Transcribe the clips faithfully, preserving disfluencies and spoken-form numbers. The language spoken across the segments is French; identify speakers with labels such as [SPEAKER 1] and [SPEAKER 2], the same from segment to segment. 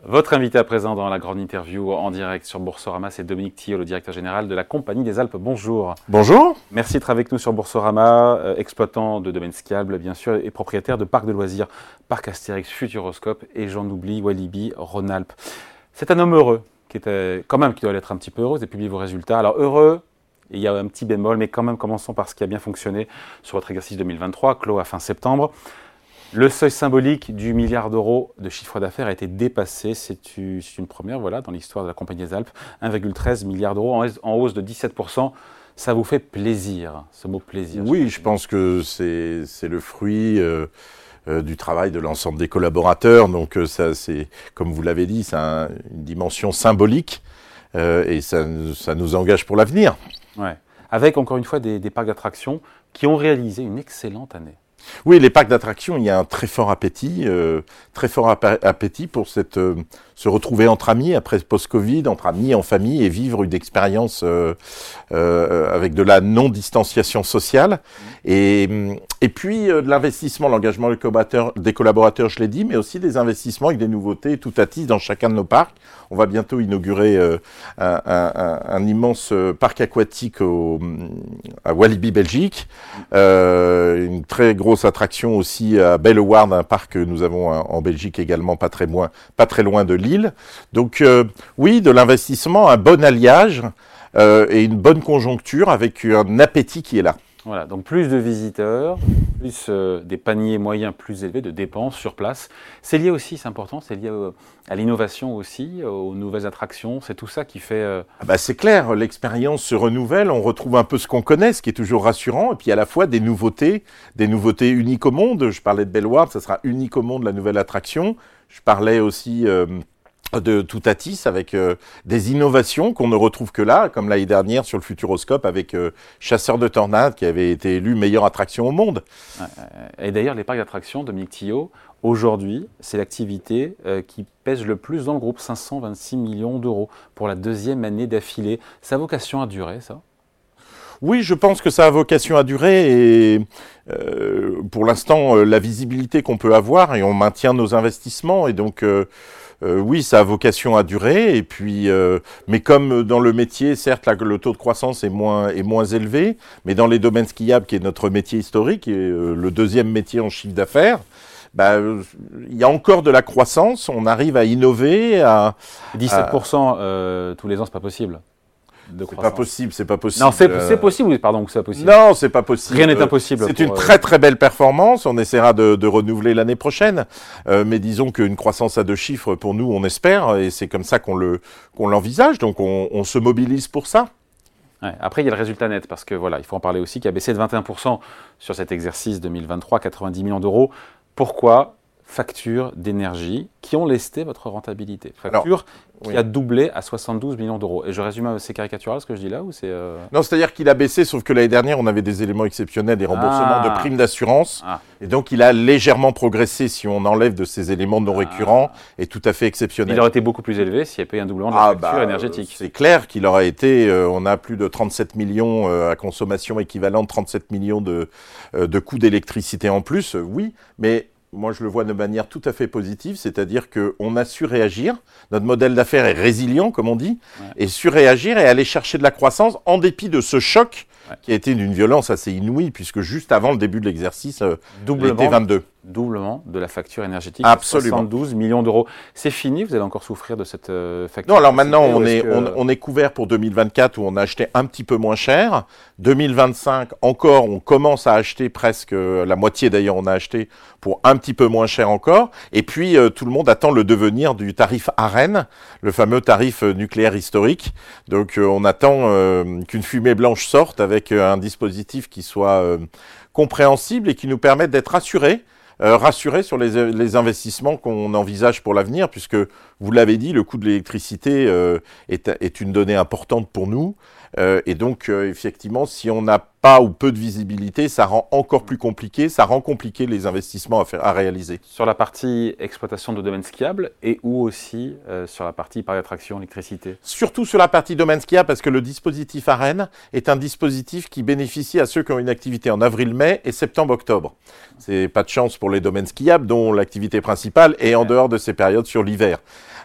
[SPEAKER 1] Votre invité à présent dans la grande interview en direct sur Boursorama, c'est Dominique Tillot, le directeur général de la Compagnie des Alpes. Bonjour.
[SPEAKER 2] Bonjour.
[SPEAKER 1] Merci d'être avec nous sur Boursorama, euh, exploitant de domaines skiables bien sûr et propriétaire de parcs de loisirs, Parc Astérix, Futuroscope et j'en oublie, Walibi, Rhône-Alpes. C'est un homme heureux, qui était quand même qui doit l'être un petit peu heureux, vous avez publié vos résultats. Alors heureux, il y a un petit bémol, mais quand même commençons par ce qui a bien fonctionné sur votre exercice deux mille vingt-trois, clos à fin septembre. Le seuil symbolique du milliard d'euros de chiffre d'affaires a été dépassé. C'est une première voilà, dans l'histoire de la Compagnie des Alpes. un virgule treize milliard d'euros en hausse de dix-sept pour cent. Ça vous fait plaisir, ce mot plaisir?
[SPEAKER 2] Oui, je pense que c'est, c'est le fruit euh, euh, du travail de l'ensemble des collaborateurs. Donc euh, ça, c'est, comme vous l'avez dit, c'est un, une dimension symbolique euh, et ça, ça nous engage pour l'avenir.
[SPEAKER 1] Ouais. Avec encore une fois des, des parcs d'attractions qui ont réalisé une excellente année.
[SPEAKER 2] Oui, les parcs d'attractions, il y a un très fort appétit, euh, très fort appétit pour cette, euh, se retrouver entre amis après post-Covid, entre amis, en famille, et vivre une expérience euh, euh, avec de la non-distanciation sociale. Et, et puis euh, de l'investissement, l'engagement des collaborateurs, des collaborateurs, je l'ai dit, mais aussi des investissements avec des nouveautés tout à tisse dans chacun de nos parcs. On va bientôt inaugurer euh, un, un, un immense parc aquatique au, à Walibi, Belgique, euh, une très grosse attraction aussi à Bellewaerde, un parc que nous avons en Belgique également, pas très loin, pas très loin de Lille. Donc euh, oui, de l'investissement, un bon alliage euh, et une bonne conjoncture avec un appétit qui est là.
[SPEAKER 1] Voilà, donc plus de visiteurs, plus euh, des paniers moyens plus élevés de dépenses sur place. C'est lié aussi, c'est important, c'est lié euh, à l'innovation aussi, aux nouvelles attractions. C'est tout ça qui fait... Euh...
[SPEAKER 2] Ah bah c'est clair, l'expérience se renouvelle, on retrouve un peu ce qu'on connaît, ce qui est toujours rassurant, et puis à la fois des nouveautés, des nouveautés uniques au monde. Je parlais de Bellewaerde, ça sera unique au monde, la nouvelle attraction. Je parlais aussi... Euh, de tout à tisse avec euh, des innovations qu'on ne retrouve que là, comme l'année dernière sur le Futuroscope avec euh, Chasseur de tornades qui avait été élu meilleure attraction au monde.
[SPEAKER 1] Et d'ailleurs, les parcs d'attractions, Dominique Tillot, aujourd'hui, c'est l'activité euh, qui pèse le plus dans le groupe, cinq cent vingt-six millions d'euros pour la deuxième année d'affilée. Ça a vocation à durer, ça ?
[SPEAKER 2] Oui, je pense que ça a vocation à durer et euh, pour l'instant, euh, la visibilité qu'on peut avoir et on maintient nos investissements et donc... Euh, Euh, oui, ça a vocation à durer, et puis, euh, mais comme dans le métier, certes, là, le taux de croissance est moins, est moins élevé, mais dans les domaines skiables, qui est notre métier historique, et euh, le deuxième métier en chiffre d'affaires, bah, euh, il y a encore de la croissance, on arrive à innover. À,
[SPEAKER 1] dix-sept pour cent à... euh, tous les ans, c'est pas possible.
[SPEAKER 2] C'est pas possible, c'est pas possible.
[SPEAKER 1] Non, c'est, c'est possible, oui, pardon, c'est pas possible.
[SPEAKER 2] Non, c'est pas possible.
[SPEAKER 1] Rien n'est impossible.
[SPEAKER 2] C'est
[SPEAKER 1] pour,
[SPEAKER 2] une très très belle performance, on essaiera de, de renouveler l'année prochaine, euh, mais disons qu'une croissance à deux chiffres, pour nous, on espère, et c'est comme ça qu'on le, qu'on l'envisage, donc on, on se mobilise pour ça.
[SPEAKER 1] Ouais, après, il y a le résultat net, parce que voilà, il faut en parler aussi, qui a baissé de vingt et un pour cent sur cet exercice deux mille vingt-trois, quatre-vingt-dix millions d'euros. Pourquoi ? Factures d'énergie qui ont lesté votre rentabilité. Facture Alors, qui oui. a doublé à soixante-douze millions d'euros. Et je résume, c'est caricatural ce que je dis là ou c'est euh...
[SPEAKER 2] Non, c'est-à-dire qu'il a baissé, sauf que l'année dernière, on avait des éléments exceptionnels, des remboursements ah. de primes d'assurance. Ah. Et donc, il a légèrement progressé si on enlève de ces éléments non récurrents ah. et tout à fait exceptionnels.
[SPEAKER 1] Il aurait été beaucoup plus élevé s'il y avait pas eu un doublement de la
[SPEAKER 2] ah,
[SPEAKER 1] facture
[SPEAKER 2] bah,
[SPEAKER 1] énergétique.
[SPEAKER 2] C'est clair qu'il aurait été, euh, on a plus de trente-sept millions euh, à consommation équivalente, trente-sept millions de, euh, de coûts d'électricité en plus, euh, oui, mais... Moi, je le vois de manière tout à fait positive, c'est-à-dire qu'on a su réagir. Notre modèle d'affaires est résilient, comme on dit, ouais. et su réagir et aller chercher de la croissance en dépit de ce choc ouais. qui a été d'une violence assez inouïe, puisque juste avant le début de l'exercice, l'été vingt-deux.
[SPEAKER 1] Doublement de la facture énergétique,
[SPEAKER 2] absolument.
[SPEAKER 1] soixante-douze millions d'euros. C'est fini, vous allez encore souffrir de cette euh, facture?
[SPEAKER 2] Non, alors maintenant, on est,
[SPEAKER 1] que...
[SPEAKER 2] on, on est couvert pour deux mille vingt-quatre où on a acheté un petit peu moins cher. deux mille vingt-cinq, encore, on commence à acheter presque, la moitié d'ailleurs, on a acheté pour un petit peu moins cher encore. Et puis, euh, tout le monde attend le devenir du tarif ARENH, le fameux tarif euh, nucléaire historique. Donc, euh, on attend euh, qu'une fumée blanche sorte avec euh, un dispositif qui soit euh, compréhensible et qui nous permette d'être rassurés. Euh, rassurés sur les, les investissements qu'on envisage pour l'avenir, puisque, vous l'avez dit, le coût de l'électricité euh, est, est une donnée importante pour nous. Euh, et donc, euh, effectivement, si on n'a pas ou peu de visibilité, ça rend encore plus compliqué, ça rend compliqué les investissements à, faire, à réaliser.
[SPEAKER 1] Sur la partie exploitation de domaines skiables et ou aussi euh, sur la partie parc d'attraction, électricité?
[SPEAKER 2] Surtout sur la partie domaine skiable, parce que le dispositif ARENH est un dispositif qui bénéficie à ceux qui ont une activité en avril-mai et septembre-octobre. C'est pas de chance pour les domaines skiables, dont l'activité principale est en dehors de ces périodes sur l'hiver.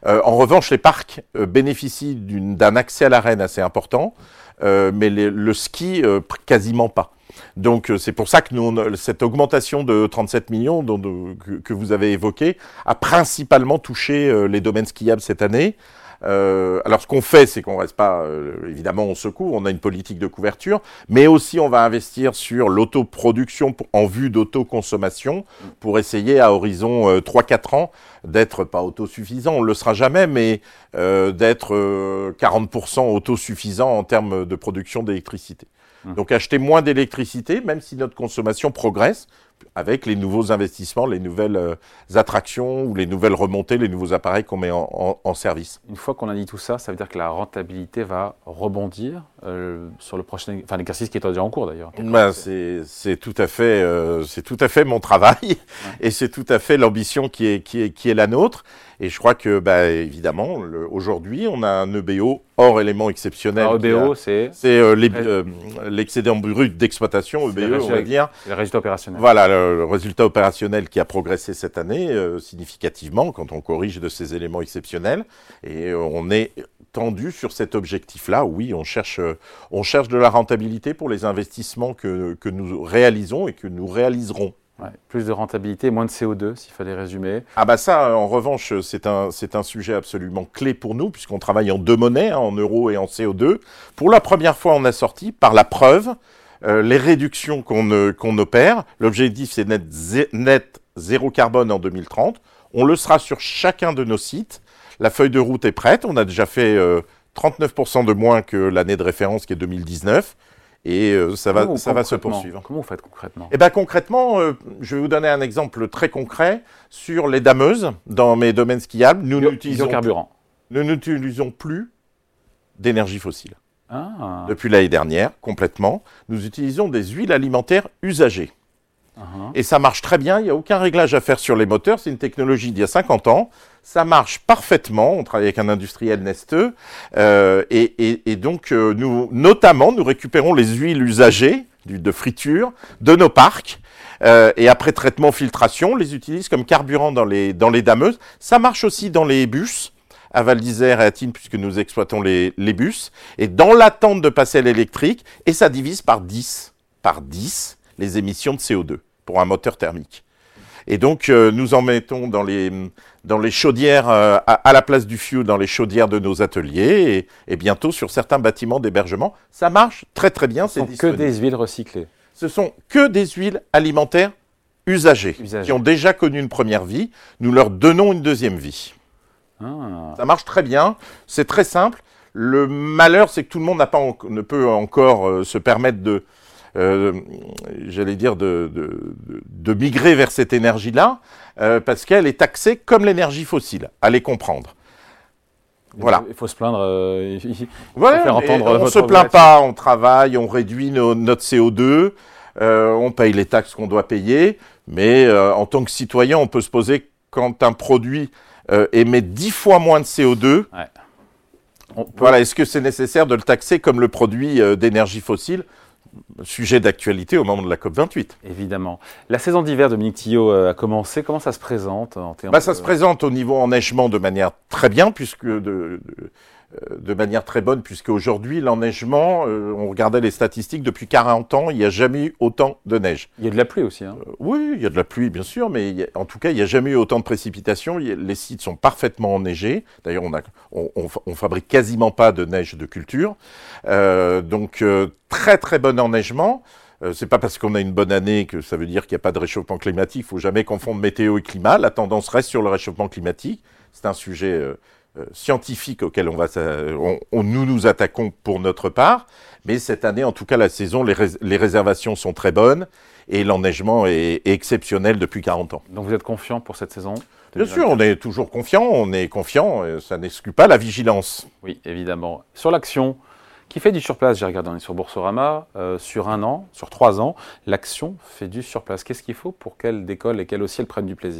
[SPEAKER 2] Euh, en revanche, les parcs euh, bénéficient d'une, d'un accès à l'arène assez important, euh, mais les, le ski, euh, quasiment pas. Donc euh, c'est pour ça que nous, on, cette augmentation de trente-sept millions dont, de, que, que vous avez évoquée a principalement touché euh, les domaines skiables cette année. Euh, alors ce qu'on fait, c'est qu'on reste pas, euh, évidemment on secoue, on a une politique de couverture, mais aussi on va investir sur l'autoproduction pour, en vue d'autoconsommation pour essayer à horizon euh, trois quatre ans d'être pas autosuffisant, on le sera jamais, mais euh, d'être euh, quarante pour cent autosuffisant en termes de production d'électricité. Mmh. Donc acheter moins d'électricité, même si notre consommation progresse, avec les nouveaux investissements, les nouvelles euh, attractions ou les nouvelles remontées, les nouveaux appareils qu'on met en, en, en service.
[SPEAKER 1] Une fois qu'on a dit tout ça, ça veut dire que la rentabilité va rebondir euh, sur le prochain, enfin l'exercice qui est déjà en cours d'ailleurs.
[SPEAKER 2] Ben, c'est, c'est tout à fait, euh, c'est tout à fait mon travail ouais. et c'est tout à fait l'ambition qui est, qui est, qui est la nôtre. Et je crois que, bah, évidemment, le, aujourd'hui, on a un E B O hors élément exceptionnel.
[SPEAKER 1] Alors, E B O, a, c'est
[SPEAKER 2] C'est euh, les, euh, l'excédent brut d'exploitation, E B E, on va dire.
[SPEAKER 1] C'est le résultat opérationnel.
[SPEAKER 2] Voilà, le, le résultat opérationnel qui a progressé cette année euh, significativement quand on corrige de ces éléments exceptionnels. Et euh, on est tendu sur cet objectif-là. Oui, on cherche, euh, on cherche de la rentabilité pour les investissements que, que nous réalisons et que nous réaliserons.
[SPEAKER 1] Ouais, plus de rentabilité, moins de C O deux, s'il fallait résumer.
[SPEAKER 2] Ah bah ça, en revanche, c'est un, c'est un sujet absolument clé pour nous, puisqu'on travaille en deux monnaies, hein, en euros et en C O deux. Pour la première fois, on a sorti, par la preuve, euh, les réductions qu'on, euh, qu'on opère. L'objectif, c'est net, zé, net zéro carbone en deux mille trente. On le sera sur chacun de nos sites. La feuille de route est prête. On a déjà fait euh, trente-neuf pour cent de moins que l'année de référence, qui est deux mille dix-neuf. Et euh, ça va, ça va se poursuivre.
[SPEAKER 1] Comment vous faites concrètement ?
[SPEAKER 2] Eh ben concrètement, euh, je vais vous donner un exemple très concret sur les dameuses dans mes domaines skiables. Nous
[SPEAKER 1] Bio,
[SPEAKER 2] n'utilisons
[SPEAKER 1] biocarburant.
[SPEAKER 2] Nous n'utilisons plus d'énergie fossile.
[SPEAKER 1] Ah.
[SPEAKER 2] Depuis l'année dernière, complètement. Nous utilisons des huiles alimentaires usagées. Uh-huh. Et ça marche très bien, il n'y a aucun réglage à faire sur les moteurs, c'est une technologie d'il y a cinquante ans, ça marche parfaitement, on travaille avec un industriel Neste, euh, et, et, et donc euh, nous, notamment, nous récupérons les huiles usagées, d'huile de friture, de nos parcs, euh, et après traitement, filtration, on les utilise comme carburant dans les, dans les dameuses. Ça marche aussi dans les bus, à Val d'Isère et à Tignes, puisque nous exploitons les, les bus, et dans l'attente de passer à l'électrique, et ça divise par dix, par dix, les émissions de C O deux pour un moteur thermique. Et donc, euh, nous en mettons dans les, dans les chaudières, euh, à, à la place du fioul, dans les chaudières de nos ateliers, et, et bientôt sur certains bâtiments d'hébergement. Ça marche très très bien.
[SPEAKER 1] Ce sont que des huiles recyclées.
[SPEAKER 2] Ce sont que des huiles alimentaires usagées, usagées, qui ont déjà connu une première vie. Nous leur donnons une deuxième vie. Ah. Ça marche très bien, c'est très simple. Le malheur, c'est que tout le monde n'a pas en, ne peut encore euh, se permettre de... Euh, j'allais dire de, de, de, de migrer vers cette énergie-là, euh, parce qu'elle est taxée comme l'énergie fossile, à les comprendre. Voilà.
[SPEAKER 1] Il faut se plaindre, euh, il faut
[SPEAKER 2] ouais,
[SPEAKER 1] faire entendre
[SPEAKER 2] on ne se plaint pas, on travaille, on réduit nos, notre C O deux, euh, on paye les taxes qu'on doit payer, mais euh, en tant que citoyen, on peut se poser quand un produit euh, émet dix fois moins de C O deux, ouais. Peut... voilà, est-ce que c'est nécessaire de le taxer comme le produit euh, d'énergie fossile ? Sujet d'actualité au moment de la COP vingt-huit.
[SPEAKER 1] Évidemment. La saison d'hiver, Dominique Tillot, a commencé. Comment ça se présente en termes
[SPEAKER 2] bah, Ça de... se présente au niveau enneigement de manière très bien, puisque de, de, de manière très bonne, puisque aujourd'hui l'enneigement, euh, on regardait les statistiques, depuis quarante ans, il n'y a jamais eu autant de neige.
[SPEAKER 1] Il y a de la pluie aussi. Hein.
[SPEAKER 2] Euh, oui, il y a de la pluie, bien sûr, mais il y a, en tout cas, il n'y a jamais eu autant de précipitations. Il y a, les sites sont parfaitement enneigés. D'ailleurs, on, a, on, on, on fabrique quasiment pas de neige de culture. Euh, donc, euh, très très bon enneigement. Euh, c'est pas parce qu'on a une bonne année que ça veut dire qu'il n'y a pas de réchauffement climatique. Il faut jamais confondre météo et climat. La tendance reste sur le réchauffement climatique. C'est un sujet euh, euh, scientifique auquel on va, on, on, nous nous attaquons pour notre part. Mais cette année, en tout cas, la saison, les, rés- les réservations sont très bonnes et l'enneigement est, est exceptionnel depuis quarante ans.
[SPEAKER 1] Donc vous êtes confiant pour cette saison ?
[SPEAKER 2] Bien sûr, on est toujours confiant. On est confiant. Ça n'exclut pas la vigilance.
[SPEAKER 1] Oui, évidemment. Sur l'action qui fait du surplace, j'ai regardé, on est sur Boursorama, euh, sur un an, sur trois ans, l'action fait du surplace. Qu'est-ce qu'il faut pour qu'elle décolle et qu'elle aussi elle prenne du plaisir ?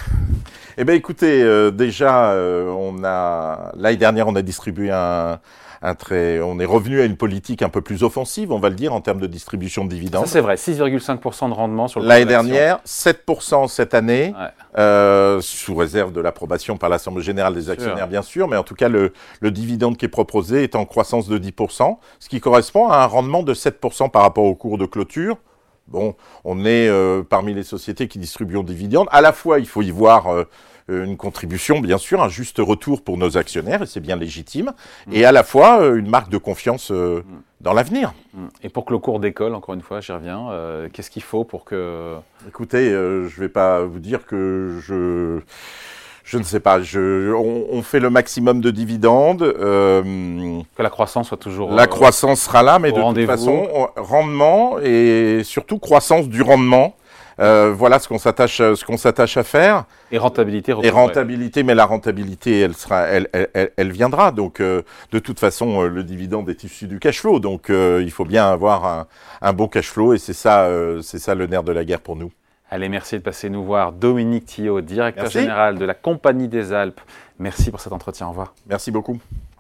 [SPEAKER 2] Eh bien, écoutez, euh, déjà, euh, on a l'année dernière, on a distribué un, un très, on est revenu à une politique un peu plus offensive, on va le dire, en termes de distribution de dividendes.
[SPEAKER 1] Ça c'est vrai, six virgule cinq pour cent de rendement sur le
[SPEAKER 2] L'année dernière, sept pour cent cette année,
[SPEAKER 1] ouais.
[SPEAKER 2] euh, sous réserve de l'approbation par l'Assemblée générale des actionnaires, sûr. bien sûr, mais en tout cas, le, le dividende qui est proposé est en croissance de dix pour cent, ce qui correspond à un rendement de sept pour cent par rapport au cours de clôture. Bon, on est euh, parmi les sociétés qui distribuent des dividendes. À la fois, il faut y voir euh, une contribution, bien sûr, un juste retour pour nos actionnaires, et c'est bien légitime, mmh. et à la fois euh, une marque de confiance euh, mmh. dans l'avenir.
[SPEAKER 1] Mmh. Et pour que le cours décolle, encore une fois, j'y reviens, euh, qu'est-ce qu'il faut pour que...
[SPEAKER 2] Écoutez, euh, je ne vais pas vous dire que je... Je ne sais pas, je, on, on fait le maximum de dividendes. Euh,
[SPEAKER 1] que la croissance soit toujours...
[SPEAKER 2] La euh, croissance sera là, mais de toute façon, rendement et surtout croissance du rendement. Euh, voilà ce qu'on s'attache, ce qu'on s'attache à faire.
[SPEAKER 1] Et rentabilité.
[SPEAKER 2] Et rentabilité, mais la rentabilité, elle sera, elle, elle, elle, elle viendra. Donc, euh, de toute façon, euh, le dividende est issu du cash flow. Donc, euh, il faut bien avoir un, un bon cash flow, et c'est ça, euh, c'est ça le nerf de la guerre pour nous.
[SPEAKER 1] Allez, merci de passer nous voir. Dominique Thillot, directeur
[SPEAKER 2] merci.
[SPEAKER 1] général de la Compagnie des Alpes. Merci pour cet entretien. Au revoir.
[SPEAKER 2] Merci beaucoup.